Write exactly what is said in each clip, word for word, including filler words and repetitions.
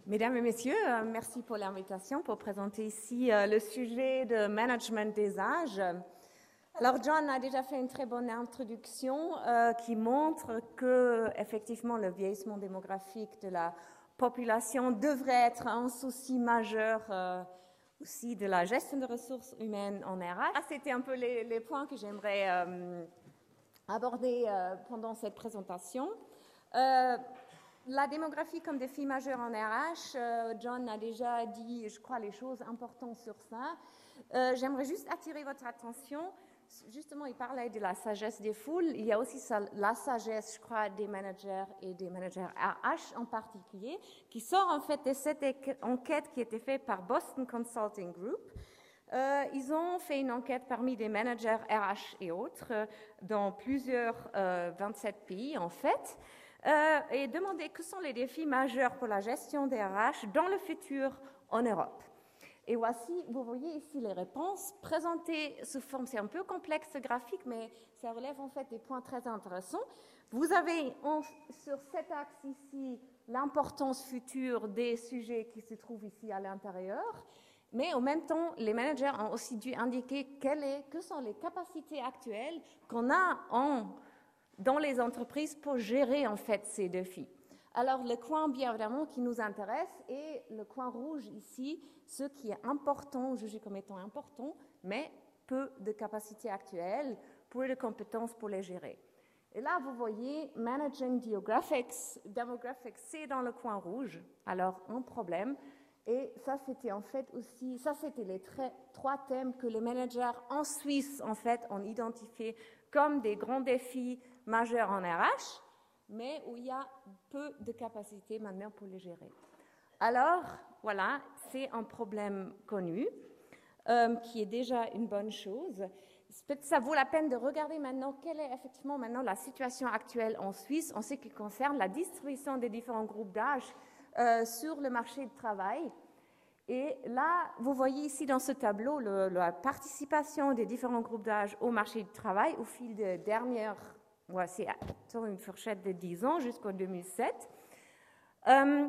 Mesdames et messieurs, euh, merci pour l'invitation pour présenter ici euh, le sujet de management des âges. Alors, John a déjà fait une très bonne introduction euh, qui montre que, effectivement, le vieillissement démographique de la population devrait être un souci majeur euh, aussi de la gestion des ressources humaines en R H. Ah, c'était un peu les, les points que j'aimerais euh, aborder euh, pendant cette présentation. Euh, La démographie comme défi majeur en R H, euh, John a déjà dit, je crois, les choses importantes sur ça. Euh, J'aimerais juste attirer votre attention. Justement, il parlait de la sagesse des foules. Il y a aussi ça, la sagesse, je crois, des managers et des managers R H en particulier, qui sort en fait de cette enquête qui a été faite par Boston Consulting Group. Euh, ils ont fait une enquête parmi des managers R H et autres euh, dans plusieurs euh, vingt-sept pays, en fait. Euh, et demander que sont les défis majeurs pour la gestion des R H dans le futur en Europe. Et voici, vous voyez ici les réponses présentées sous forme, c'est un peu complexe graphique, mais ça relève en fait des points très intéressants. Vous avez en, sur cet axe ici l'importance future des sujets qui se trouvent ici à l'intérieur, mais en même temps, les managers ont aussi dû indiquer quelles est, que sont les capacités actuelles qu'on a en dans les entreprises pour gérer en fait ces défis. Alors le coin bien évidemment qui nous intéresse est le coin rouge ici, ce qui est important, jugé comme étant important, mais peu de capacités actuelles, peu de compétences pour les gérer. Et là vous voyez Managing Demographics, Demographics c'est dans le coin rouge, alors un problème. Et ça c'était en fait aussi, ça c'était les trois thèmes que les managers en Suisse en fait ont identifiés comme des grands défis majeurs en R H, mais où il y a peu de capacités maintenant pour les gérer. Alors, voilà, c'est un problème connu, euh, qui est déjà une bonne chose. Ça vaut la peine de regarder maintenant quelle est effectivement maintenant la situation actuelle en Suisse en ce qui concerne la distribution des différents groupes d'âge euh, sur le marché du travail. Et là, vous voyez ici dans ce tableau le, la participation des différents groupes d'âge au marché du travail au fil des dernières, voici sur une fourchette de dix ans jusqu'en deux mille sept. Euh,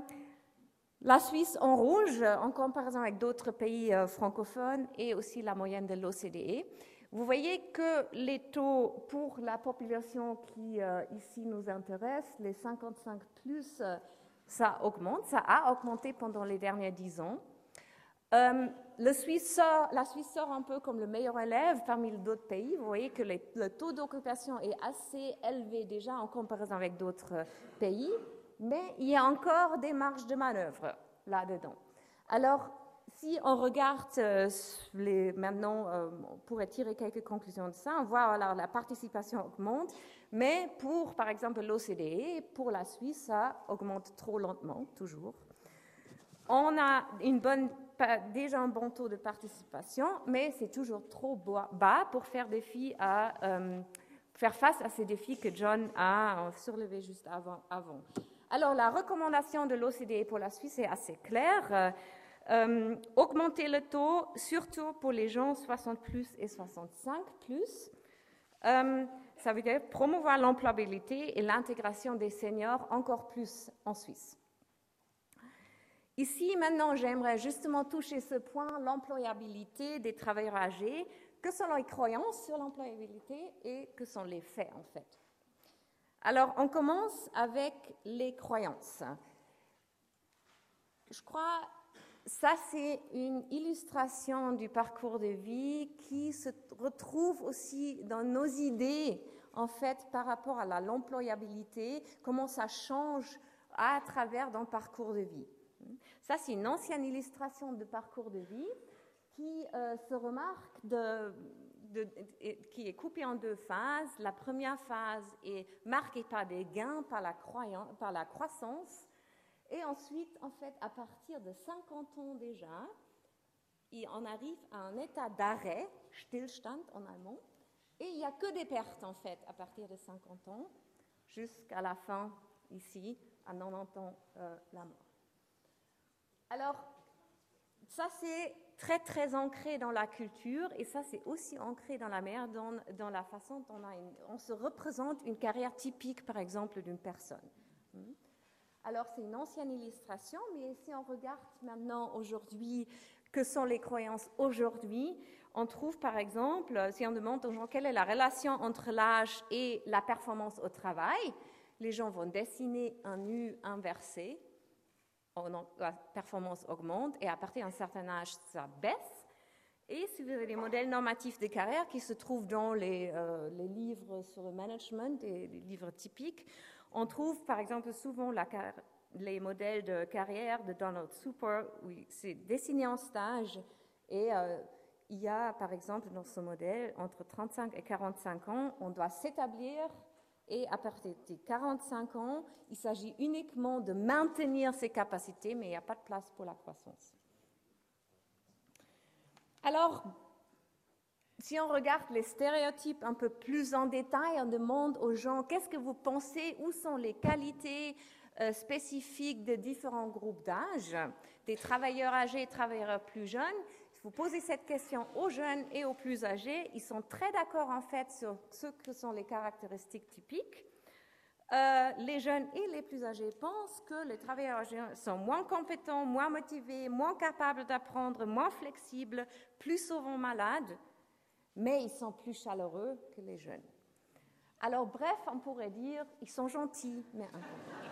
la Suisse en rouge, en comparaison avec d'autres pays euh, francophones et aussi la moyenne de l'O C D E. Vous voyez que les taux pour la population qui euh, ici nous intéresse, les cinquante-cinq plus, euh, ça augmente, ça a augmenté pendant les derniers dix ans. Euh, le Suisse sort, la Suisse sort un peu comme le meilleur élève parmi d'autres pays. Vous voyez que les, le taux d'occupation est assez élevé déjà en comparaison avec d'autres pays, mais il y a encore des marges de manœuvre là-dedans. Alors, si on regarde euh, les, maintenant, euh, on pourrait tirer quelques conclusions de ça, on voit alors la participation augmente, mais pour, par exemple, l'O C D E, pour la Suisse, ça augmente trop lentement, toujours. On a une bonne, déjà un bon taux de participation, mais c'est toujours trop bas pour faire, défi à, euh, faire face à ces défis que John a surlevés juste avant. avant. Alors, la recommandation de l'O C D E pour la Suisse est assez claire. Euh, euh, augmenter le taux, surtout pour les gens soixante plus et soixante-cinq plus. Euh, ça veut dire promouvoir l'employabilité et l'intégration des seniors encore plus en Suisse. Ici, maintenant, j'aimerais justement toucher ce point, l'employabilité des travailleurs âgés. Que sont les croyances sur l'employabilité et que sont les faits, en fait? Alors, on commence avec les croyances. Je crois, ça, c'est une illustration du parcours de vie qui se retrouve aussi dans nos idées, en fait, par rapport à l'employabilité, comment ça change à travers dans le parcours de vie. Ça, c'est une ancienne illustration de parcours de vie qui euh, se remarque, de, de, de, qui est coupée en deux phases. La première phase est marquée par des gains, par la, croyance, par la croissance. Et ensuite, en fait, à partir de cinquante ans déjà, on arrive à un état d'arrêt, Stillstand en allemand, et il n'y a que des pertes, en fait, à partir de cinquante ans, jusqu'à la fin, ici, à quatre-vingt-dix ans, euh, la mort. Alors, ça c'est très très ancré dans la culture et ça c'est aussi ancré dans la manière, dans, dans la façon dont on, a une, on se représente une carrière typique par exemple d'une personne. Alors, c'est une ancienne illustration, mais si on regarde maintenant aujourd'hui, que sont les croyances aujourd'hui, on trouve par exemple, si on demande aux gens quelle est la relation entre l'âge et la performance au travail, les gens vont dessiner un U inversé, la performance augmente et à partir d'un certain âge, ça baisse. Et si vous avez des modèles normatifs de carrière qui se trouvent dans les, euh, les livres sur le management, des, des livres typiques, on trouve par exemple souvent la, les modèles de carrière de Donald Super, où c'est dessiné en stage et euh, il y a par exemple dans ce modèle entre trente-cinq et quarante-cinq ans, on doit s'établir et à partir de quarante-cinq ans, il s'agit uniquement de maintenir ses capacités, mais il n'y a pas de place pour la croissance. Alors, si on regarde les stéréotypes un peu plus en détail, on demande aux gens qu'est-ce que vous pensez, où sont les qualités euh, spécifiques de différents groupes d'âge, des travailleurs âgés et travailleurs plus jeunes. Si vous posez cette question aux jeunes et aux plus âgés, ils sont très d'accord en fait sur ce que sont les caractéristiques typiques. Euh, les jeunes et les plus âgés pensent que les travailleurs âgés sont moins compétents, moins motivés, moins capables d'apprendre, moins flexibles, plus souvent malades, mais ils sont plus chaleureux que les jeunes. Alors bref, on pourrait dire, ils sont gentils, mais incompétents.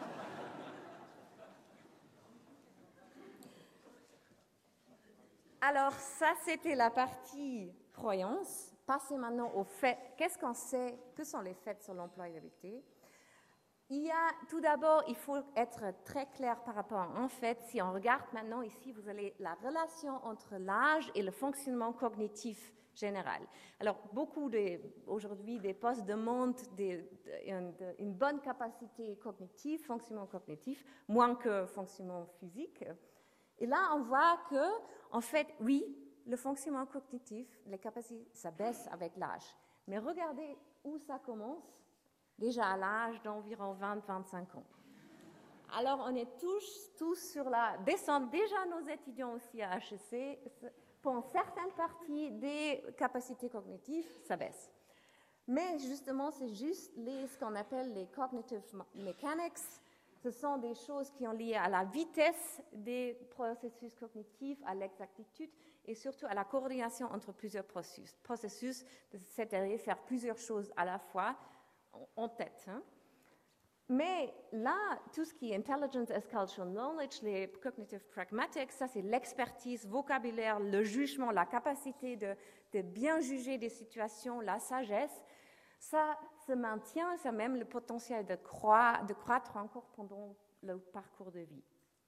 Alors ça, c'était la partie croyance. Passez maintenant aux faits. Qu'est-ce qu'on sait? Que sont les faits sur l'employabilité? Il y a, tout d'abord, il faut être très clair par rapport à, en fait, si on regarde maintenant ici, vous avez la relation entre l'âge et le fonctionnement cognitif général. Alors, beaucoup de, aujourd'hui, des postes demandent des, une, une bonne capacité cognitive, fonctionnement cognitif, moins que fonctionnement physique. Et là, on voit que, en fait, oui, le fonctionnement cognitif, les capacités, ça baisse avec l'âge. Mais regardez où ça commence. Déjà à l'âge d'environ vingt à vingt-cinq ans. Alors, on est tous, tous sur la descente. Déjà, nos étudiants aussi à H E C, pour une certaine partie des capacités cognitives, ça baisse. Mais justement, c'est juste les, ce qu'on appelle les cognitive mechanics. Ce sont des choses qui sont liées à la vitesse des processus cognitifs, à l'exactitude et surtout à la coordination entre plusieurs processus. Processus, c'est-à-dire faire plusieurs choses à la fois, en tête. Hein. Mais là, tout ce qui est intelligence as cultural knowledge, les cognitive pragmatics, ça c'est l'expertise, vocabulaire, le jugement, la capacité de, de bien juger des situations, la sagesse, ça se maintient, ça a même le potentiel de, croître, de croître encore pendant le parcours de vie.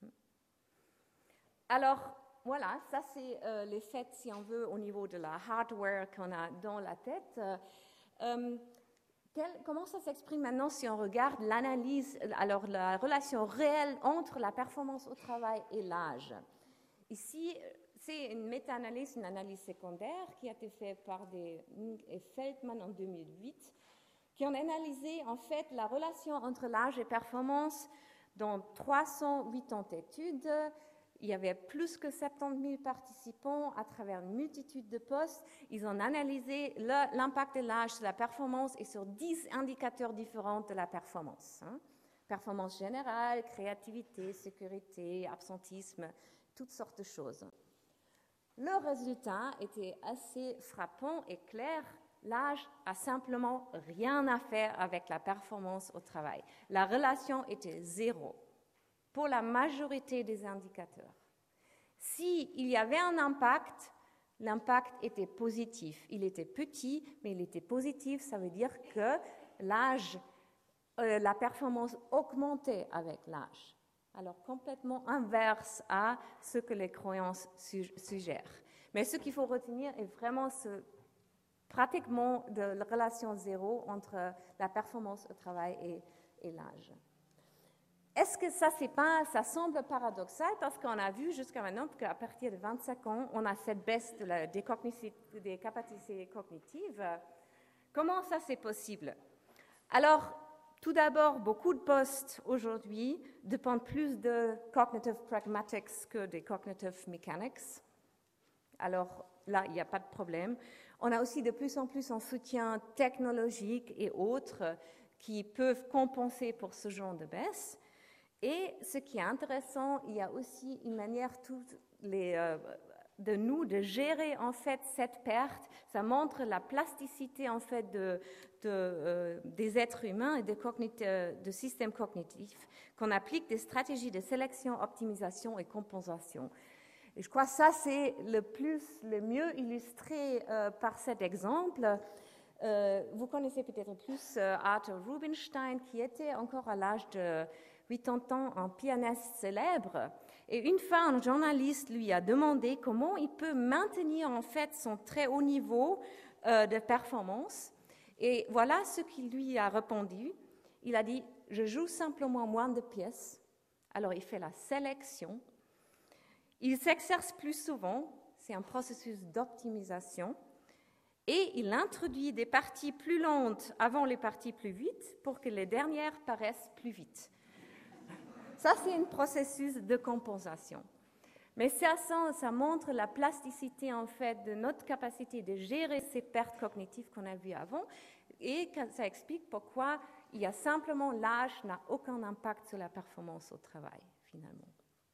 Alors, voilà, ça c'est euh, les faits, si on veut, au niveau de la hardware qu'on a dans la tête. Euh, Quel, comment ça s'exprime maintenant si on regarde l'analyse, alors la relation réelle entre la performance au travail et l'âge? Ici, c'est une méta-analyse, une analyse secondaire qui a été faite par des et Feldman en deux mille huit, qui ont analysé en fait la relation entre l'âge et performance dans trois cent quatre-vingt-dix études. Il y avait plus que soixante-dix mille participants à travers une multitude de postes. Ils ont analysé le, l'impact de l'âge sur la performance et sur dix indicateurs différents de la performance. Hein. Performance générale, créativité, sécurité, absentisme, toutes sortes de choses. Le résultat était assez frappant et clair. L'âge a simplement rien à faire avec la performance au travail. La relation était zéro pour la majorité des indicateurs. S'il y avait un impact, l'impact était positif. Il était petit, mais il était positif. Ça veut dire que l'âge, euh, la performance augmentait avec l'âge. Alors, complètement inverse à ce que les croyances suggèrent. Mais ce qu'il faut retenir est vraiment ce, pratiquement de la relation zéro entre la performance au travail et, et l'âge. Est-ce que ça, c'est pas, ça semble paradoxal parce qu'on a vu jusqu'à maintenant qu'à partir de vingt-cinq ans, on a cette baisse de la, des, des capacités cognitives. Comment ça, c'est possible? Alors, tout d'abord, beaucoup de postes aujourd'hui dépendent plus de cognitive pragmatics que des cognitive mechanics. Alors là, il n'y a pas de problème. On a aussi de plus en plus un soutien technologique et autres qui peuvent compenser pour ce genre de baisse. Et ce qui est intéressant, il y a aussi une manière toutes les, euh, de nous de gérer en fait cette perte. Ça montre la plasticité en fait de, de, euh, des êtres humains et de, cognit- de systèmes cognitifs qu'on applique des stratégies de sélection, optimisation et compensation. Et je crois que ça c'est le plus, le mieux illustré euh, par cet exemple. Euh, vous connaissez peut-être plus euh, Arthur Rubinstein, qui était encore à l'âge de quatre-vingts ans un pianiste célèbre. Et une fois, un journaliste lui a demandé comment il peut maintenir en fait son très haut niveau euh, de performance. Et voilà ce qu'il lui a répondu. Il a dit « Je joue simplement moins de pièces ». Alors il fait la sélection. Il s'exerce plus souvent. C'est un processus d'optimisation. Et il introduit des parties plus lentes avant les parties plus vite pour que les dernières paraissent plus vite. Ça, c'est un processus de compensation. Mais ça, ça montre la plasticité, en fait, de notre capacité de gérer ces pertes cognitives qu'on a vues avant, et ça explique pourquoi il y a simplement l'âge n'a aucun impact sur la performance au travail, finalement.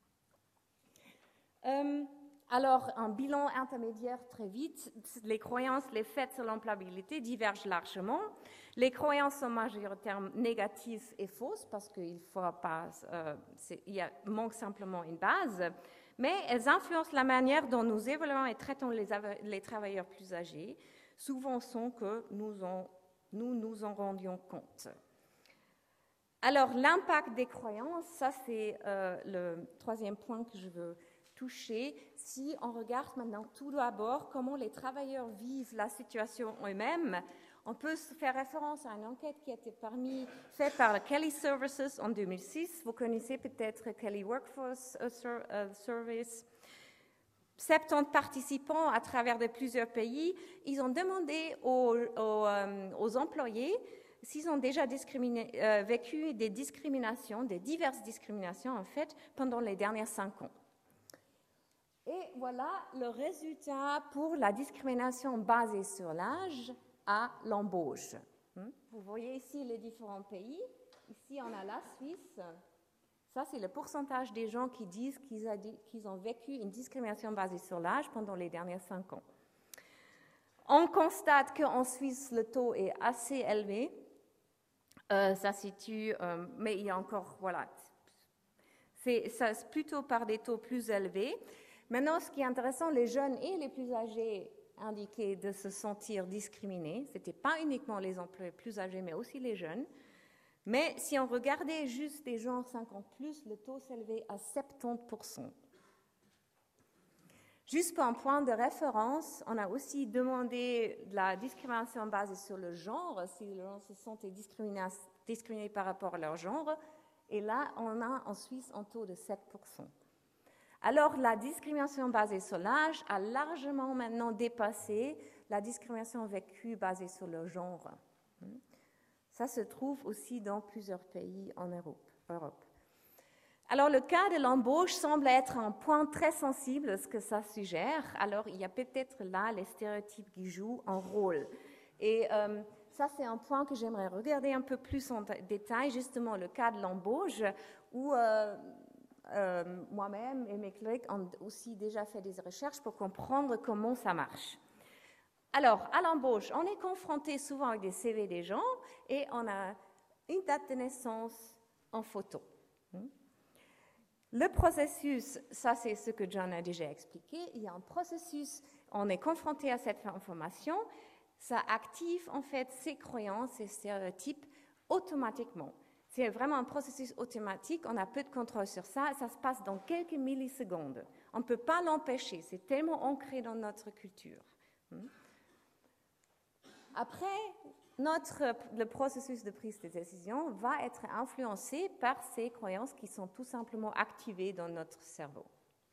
Euh, alors, un bilan intermédiaire très vite. Les croyances, les faits sur l'employabilité divergent largement. Les croyances sont majoritairement négatives et fausses parce qu'il faut pas, euh, il y a, manque simplement une base, mais elles influencent la manière dont nous évaluons et traitons les, les travailleurs plus âgés, souvent sans que nous en, nous nous en rendions compte. Alors, l'impact des croyances, ça c'est euh, le troisième point que je veux toucher. Si on regarde maintenant tout d'abord comment les travailleurs vivent la situation eux-mêmes, on peut faire référence à une enquête qui a été parmi, faite par la Kelly Services en deux mille six. Vous connaissez peut-être Kelly Workforce Service. soixante-dix participants à travers de plusieurs pays. Ils ont demandé aux, aux, euh, aux employés s'ils ont déjà discriminé, euh, vécu des discriminations, des diverses discriminations en fait, pendant les dernières cinq ans. Et voilà le résultat pour la discrimination basée sur l'âge à l'embauche. Vous voyez ici les différents pays. Ici, on a la Suisse. Ça, c'est le pourcentage des gens qui disent qu'ils, a dit, qu'ils ont vécu une discrimination basée sur l'âge pendant les dernières cinq ans. On constate qu'en Suisse, le taux est assez élevé. Euh, ça situe, euh, mais il y a encore, voilà, c'est, ça, c'est plutôt par des taux plus élevés. Maintenant, ce qui est intéressant, les jeunes et les plus âgés indiquaient de se sentir discriminés. Ce n'était pas uniquement les employés plus âgés, mais aussi les jeunes. Mais si on regardait juste des gens cinquante plus, le taux s'élevait à soixante-dix pour cent. Juste pour un point de référence, on a aussi demandé la discrimination basée sur le genre, si les gens se sentaient discriminés, discriminés par rapport à leur genre. Et là, on a en Suisse un taux de sept pour cent. Alors, la discrimination basée sur l'âge a largement maintenant dépassé la discrimination vécue basée sur le genre. Ça se trouve aussi dans plusieurs pays en Europe. Alors, le cas de l'embauche semble être un point très sensible, ce que ça suggère. Alors, il y a peut-être là les stéréotypes qui jouent un rôle. Et euh, ça, c'est un point que j'aimerais regarder un peu plus en détail, justement le cas de l'embauche, où euh, euh, moi-même et mes collègues ont aussi déjà fait des recherches pour comprendre comment ça marche. Alors, à l'embauche, on est confronté souvent avec des C V des gens et on a une date de naissance en photo. Le processus, ça c'est ce que John a déjà expliqué, il y a un processus, on est confronté à cette information, ça active en fait ces croyances, ces stéréotypes automatiquement. C'est vraiment un processus automatique, on a peu de contrôle sur ça, ça se passe dans quelques millisecondes. On ne peut pas l'empêcher, c'est tellement ancré dans notre culture. Après, notre, le processus de prise de décision va être influencé par ces croyances qui sont tout simplement activées dans notre cerveau.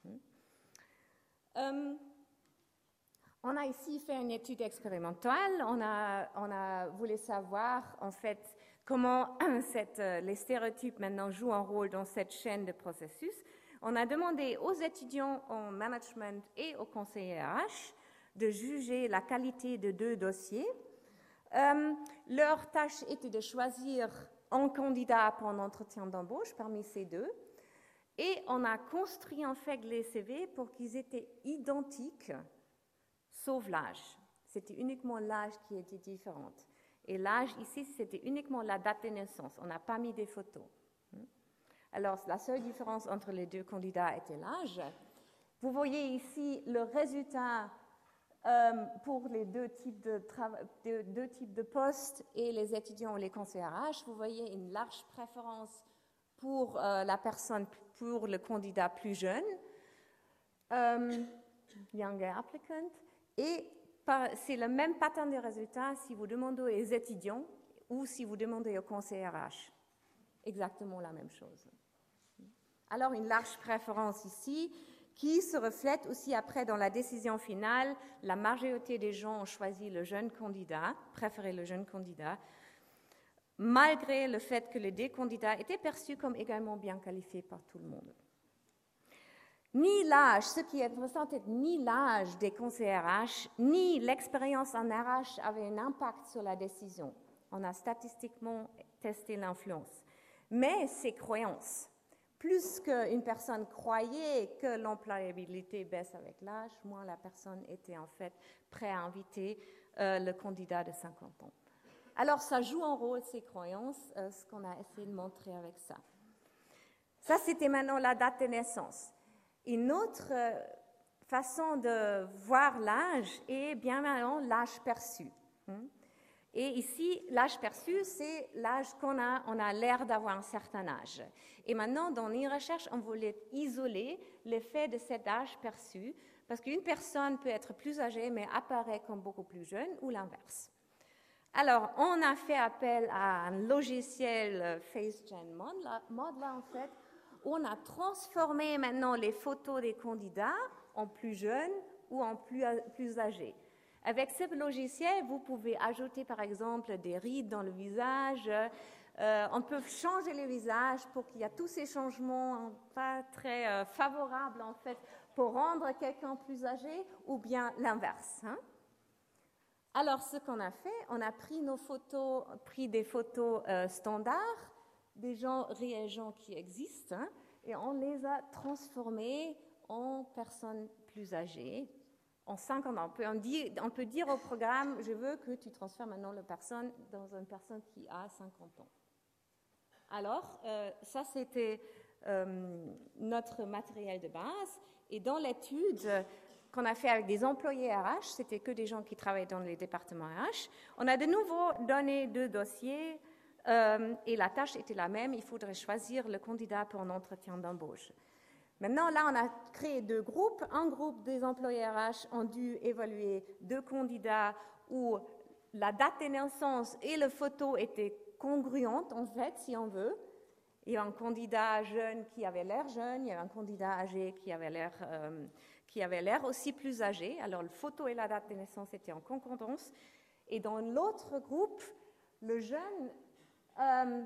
Euh, on a ici fait une étude expérimentale, on a, on a voulu savoir en fait comment cette, les stéréotypes maintenant jouent un rôle dans cette chaîne de processus. On a demandé aux étudiants en management et aux conseillers R H de juger la qualité de deux dossiers. Euh, leur tâche était de choisir un candidat pour un entretien d'embauche parmi ces deux. Et on a construit en fait les C V pour qu'ils étaient identiques, sauf l'âge. C'était uniquement l'âge qui était différent. Et l'âge ici, c'était uniquement la date de naissance. On n'a pas mis des photos. Alors, la seule différence entre les deux candidats était l'âge. Vous voyez ici le résultat euh, pour les deux types de, de, deux types de postes et les étudiants ou les conseillers R H. Vous voyez une large préférence pour euh, la personne, pour le candidat plus jeune, euh, younger applicant, et c'est le même pattern de résultats si vous demandez aux étudiants ou si vous demandez aux conseillers R H. Exactement la même chose. Alors, une large préférence ici qui se reflète aussi après dans la décision finale. La majorité des gens ont choisi le jeune candidat, préféré le jeune candidat, malgré le fait que les deux candidats étaient perçus comme également bien qualifiés par tout le monde. Ni l'âge, ce qui est intéressant, c'est ni l'âge des conseillers R H, ni l'expérience en R H avait un impact sur la décision. On a statistiquement testé l'influence. Mais ses croyances, plus qu'une personne croyait que l'employabilité baisse avec l'âge, moins la personne était en fait prête à inviter euh, le candidat de cinquante ans. Alors, ça joue un rôle, ces croyances, euh, ce qu'on a essayé de montrer avec ça. Ça, c'était maintenant la date de naissance. Une autre euh, façon de voir l'âge est bien maintenant l'âge perçu. Hein? Et ici, l'âge perçu, c'est l'âge qu'on a, on a l'air d'avoir un certain âge. Et maintenant, dans les recherches, on voulait isoler l'effet de cet âge perçu, parce qu'une personne peut être plus âgée, mais apparaît comme beaucoup plus jeune, ou l'inverse. Alors, on a fait appel à un logiciel FaceGen Modeler, en fait, où on a transformé maintenant les photos des candidats en plus jeunes ou en plus, plus âgés. Avec ce logiciel, vous pouvez ajouter, par exemple, des rides dans le visage. Euh, on peut changer le visage pour qu'il y ait tous ces changements pas très euh, favorables, en fait, pour rendre quelqu'un plus âgé, ou bien l'inverse. Hein? Alors, ce qu'on a fait, on a pris nos photos, pris des photos euh, standards, des gens réels gens qui existent, hein, et on les a transformés en personnes plus âgées. En cinquante ans, on peut, on, dire, on peut dire au programme, je veux que tu transfères maintenant la personne dans une personne qui a cinquante ans. Alors, euh, ça c'était euh, notre matériel de base. Et dans l'étude qu'on a fait avec des employés R H, c'était que des gens qui travaillaient dans les départements R H, on a de nouveau donné deux dossiers euh, et la tâche était la même, il faudrait choisir le candidat pour un entretien d'embauche. Maintenant, là, on a créé deux groupes. Un groupe des employés R H ont dû évaluer deux candidats où la date de naissance et la photo étaient congruentes, en fait, si on veut. Il y a un candidat jeune qui avait l'air jeune, il y a un candidat âgé qui avait l'air euh, qui avait l'air aussi plus âgé. Alors, la photo et la date de naissance étaient en concordance. Et dans l'autre groupe, le jeune... Euh,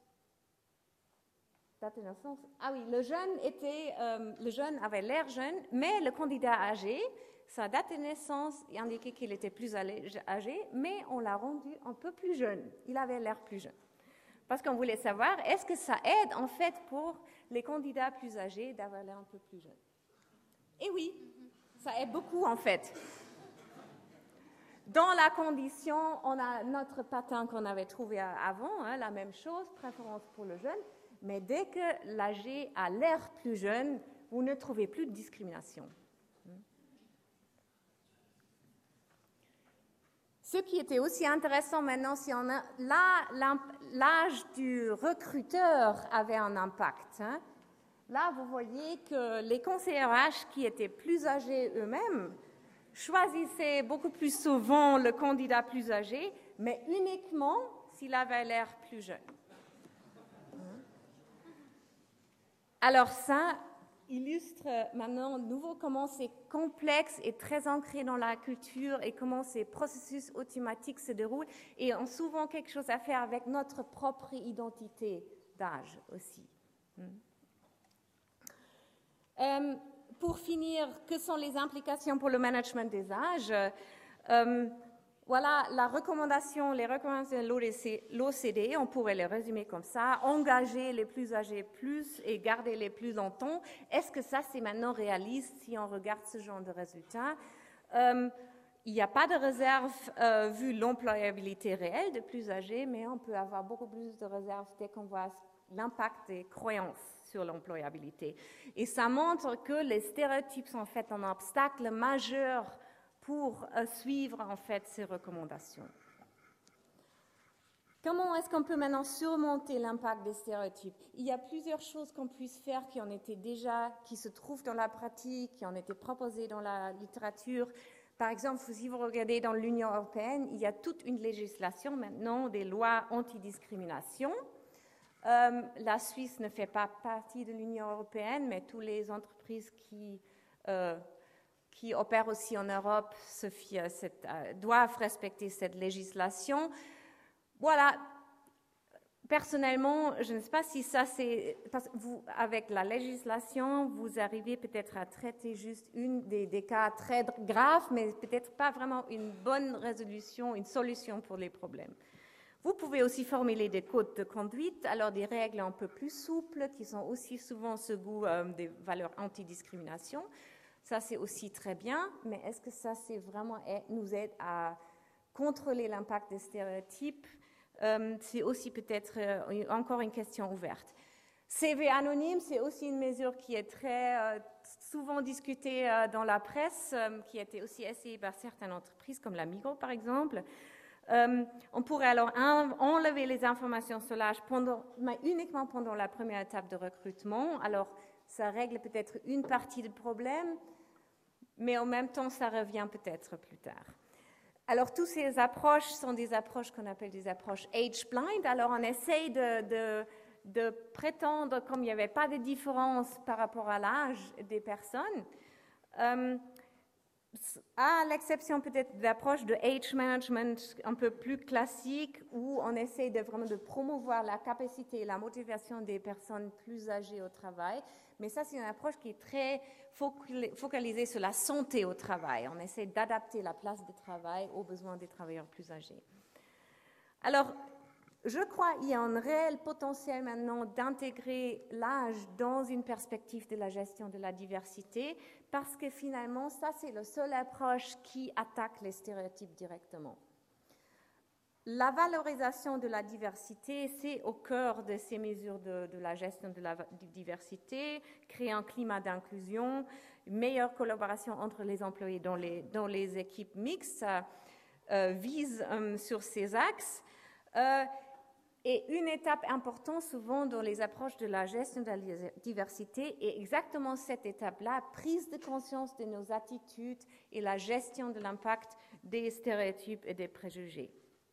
date de naissance. Ah oui, le jeune, était, euh, le jeune avait l'air jeune, mais le candidat âgé, sa date de naissance indiquait qu'il était plus âgé, mais on l'a rendu un peu plus jeune. Il avait l'air plus jeune. Parce qu'on voulait savoir, est-ce que ça aide en fait pour les candidats plus âgés d'avoir l'air un peu plus jeune? Et oui, ça aide beaucoup en fait. Dans la condition, on a notre pattern qu'on avait trouvé avant, hein, la même chose, préférence pour le jeune. Mais dès que l'âgé a l'air plus jeune, vous ne trouvez plus de discrimination. Ce qui était aussi intéressant maintenant, si on a, là, l'âge du recruteur avait un impact. Hein. Là, vous voyez que les conseillers R H qui étaient plus âgés eux-mêmes choisissaient beaucoup plus souvent le candidat plus âgé, mais uniquement s'il avait l'air plus jeune. Alors ça illustre maintenant de nouveau comment c'est complexe et très ancré dans la culture et comment ces processus automatiques se déroulent et ont souvent quelque chose à faire avec notre propre identité d'âge aussi. Euh, pour finir, que sont les implications pour le management des âges? euh, Voilà la recommandation, les recommandations de l'O C D E, on pourrait les résumer comme ça, engager les plus âgés plus et garder les plus longtemps. Est-ce que ça, c'est maintenant réaliste si on regarde ce genre de résultats? euh, Il n'y a pas de réserve euh, vu l'employabilité réelle des plus âgés, mais on peut avoir beaucoup plus de réserve dès qu'on voit l'impact des croyances sur l'employabilité. Et ça montre que les stéréotypes sont en fait un obstacle majeur pour euh, suivre en fait ces recommandations. Comment est-ce qu'on peut maintenant surmonter l'impact des stéréotypes? Il y a plusieurs choses qu'on puisse faire qui en étaient déjà, qui se trouvent dans la pratique, qui ont été proposées dans la littérature. Par exemple, si vous regardez dans l'Union européenne, il y a toute une législation maintenant, des lois antidiscrimination. Euh, la Suisse ne fait pas partie de l'Union européenne, mais toutes les entreprises qui, euh, qui opèrent aussi en Europe se fient, cette, euh, doivent respecter cette législation. Voilà. Personnellement, je ne sais pas si ça c'est... Parce que vous, avec la législation, vous arrivez peut-être à traiter juste une des, des cas très graves, mais peut-être pas vraiment une bonne résolution, une solution pour les problèmes. Vous pouvez aussi formuler des codes de conduite, alors des règles un peu plus souples, qui sont aussi souvent ce goût euh, des valeurs anti-discrimination. Ça, c'est aussi très bien, mais est-ce que ça, c'est vraiment nous aide à contrôler l'impact des stéréotypes? Euh, c'est aussi peut-être euh, encore une question ouverte. C V anonyme, c'est aussi une mesure qui est très euh, souvent discutée euh, dans la presse, euh, qui a été aussi essayée par certaines entreprises, comme la Migros par exemple. Euh, on pourrait alors enlever les informations sur l'âge pendant, mais uniquement pendant la première étape de recrutement. Alors, ça règle peut-être une partie du problème, mais en même temps, ça revient peut-être plus tard. Alors, toutes ces approches sont des approches qu'on appelle des approches age blind. Alors, on essaye de, de, de prétendre comme il n'y avait pas de différence par rapport à l'âge des personnes, euh, à l'exception peut-être d'approches de age management un peu plus classiques où on essaye de vraiment de promouvoir la capacité et la motivation des personnes plus âgées au travail. Mais ça, c'est une approche qui est très focalisée sur la santé au travail. On essaie d'adapter la place de travail aux besoins des travailleurs plus âgés. Alors, je crois qu'il y a un réel potentiel maintenant d'intégrer l'âge dans une perspective de la gestion de la diversité parce que finalement, ça, c'est la seule approche qui attaque les stéréotypes directement. La valorisation de la diversité, c'est au cœur de ces mesures de, de la gestion de la diversité, créer un climat d'inclusion, une meilleure collaboration entre les employés dans les, dans les équipes mixtes, ça euh, vise euh, sur ces axes. Euh, et une étape importante souvent dans les approches de la gestion de la diversité est exactement cette étape-là, prise de conscience de nos attitudes et la gestion de l'impact des stéréotypes et des préjugés.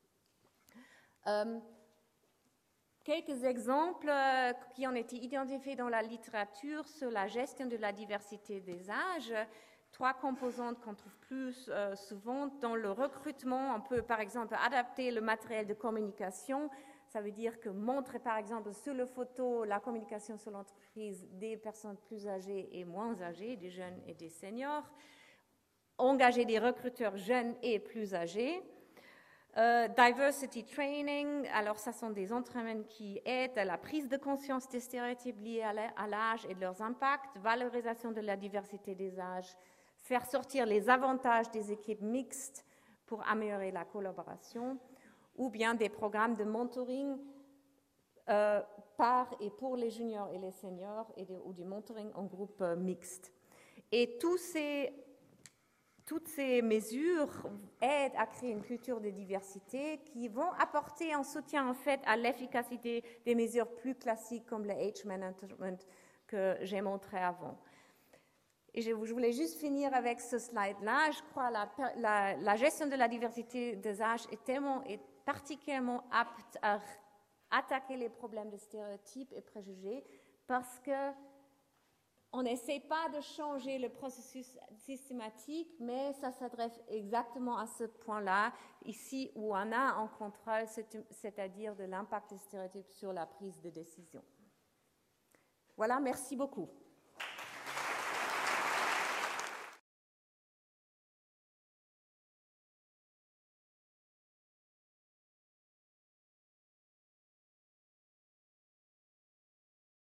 Euh, quelques exemples euh, qui ont été identifiés dans la littérature sur la gestion de la diversité des âges. Trois composantes qu'on trouve plus euh, souvent dans le recrutement. On peut par exemple adapter le matériel de communication. Ça veut dire que montrer par exemple sur la photo la communication sur l'entreprise des personnes plus âgées et moins âgées, des jeunes et des seniors. Engager des recruteurs jeunes et plus âgés. Euh, diversity training, alors ça sont des entraînements qui aident à la prise de conscience des stéréotypes liés à l'âge et de leurs impacts, valorisation de la diversité des âges, faire sortir les avantages des équipes mixtes pour améliorer la collaboration, ou bien des programmes de mentoring euh, par et pour les juniors et les seniors, et de, ou du mentoring en groupe euh, mixte. Et tous ces Toutes ces mesures aident à créer une culture de diversité qui vont apporter un soutien en fait à l'efficacité des mesures plus classiques comme le age management que j'ai montré avant. Et je voulais juste finir avec ce slide-là. Je crois que la, la, la gestion de la diversité des âges est, tellement, est particulièrement apte à attaquer les problèmes de stéréotypes et préjugés parce que on n'essaie pas de changer le processus systématique, mais ça s'adresse exactement à ce point-là, ici où on a un contrôle, c'est-à-dire de l'impact des stéréotypes sur la prise de décision. Voilà, merci beaucoup.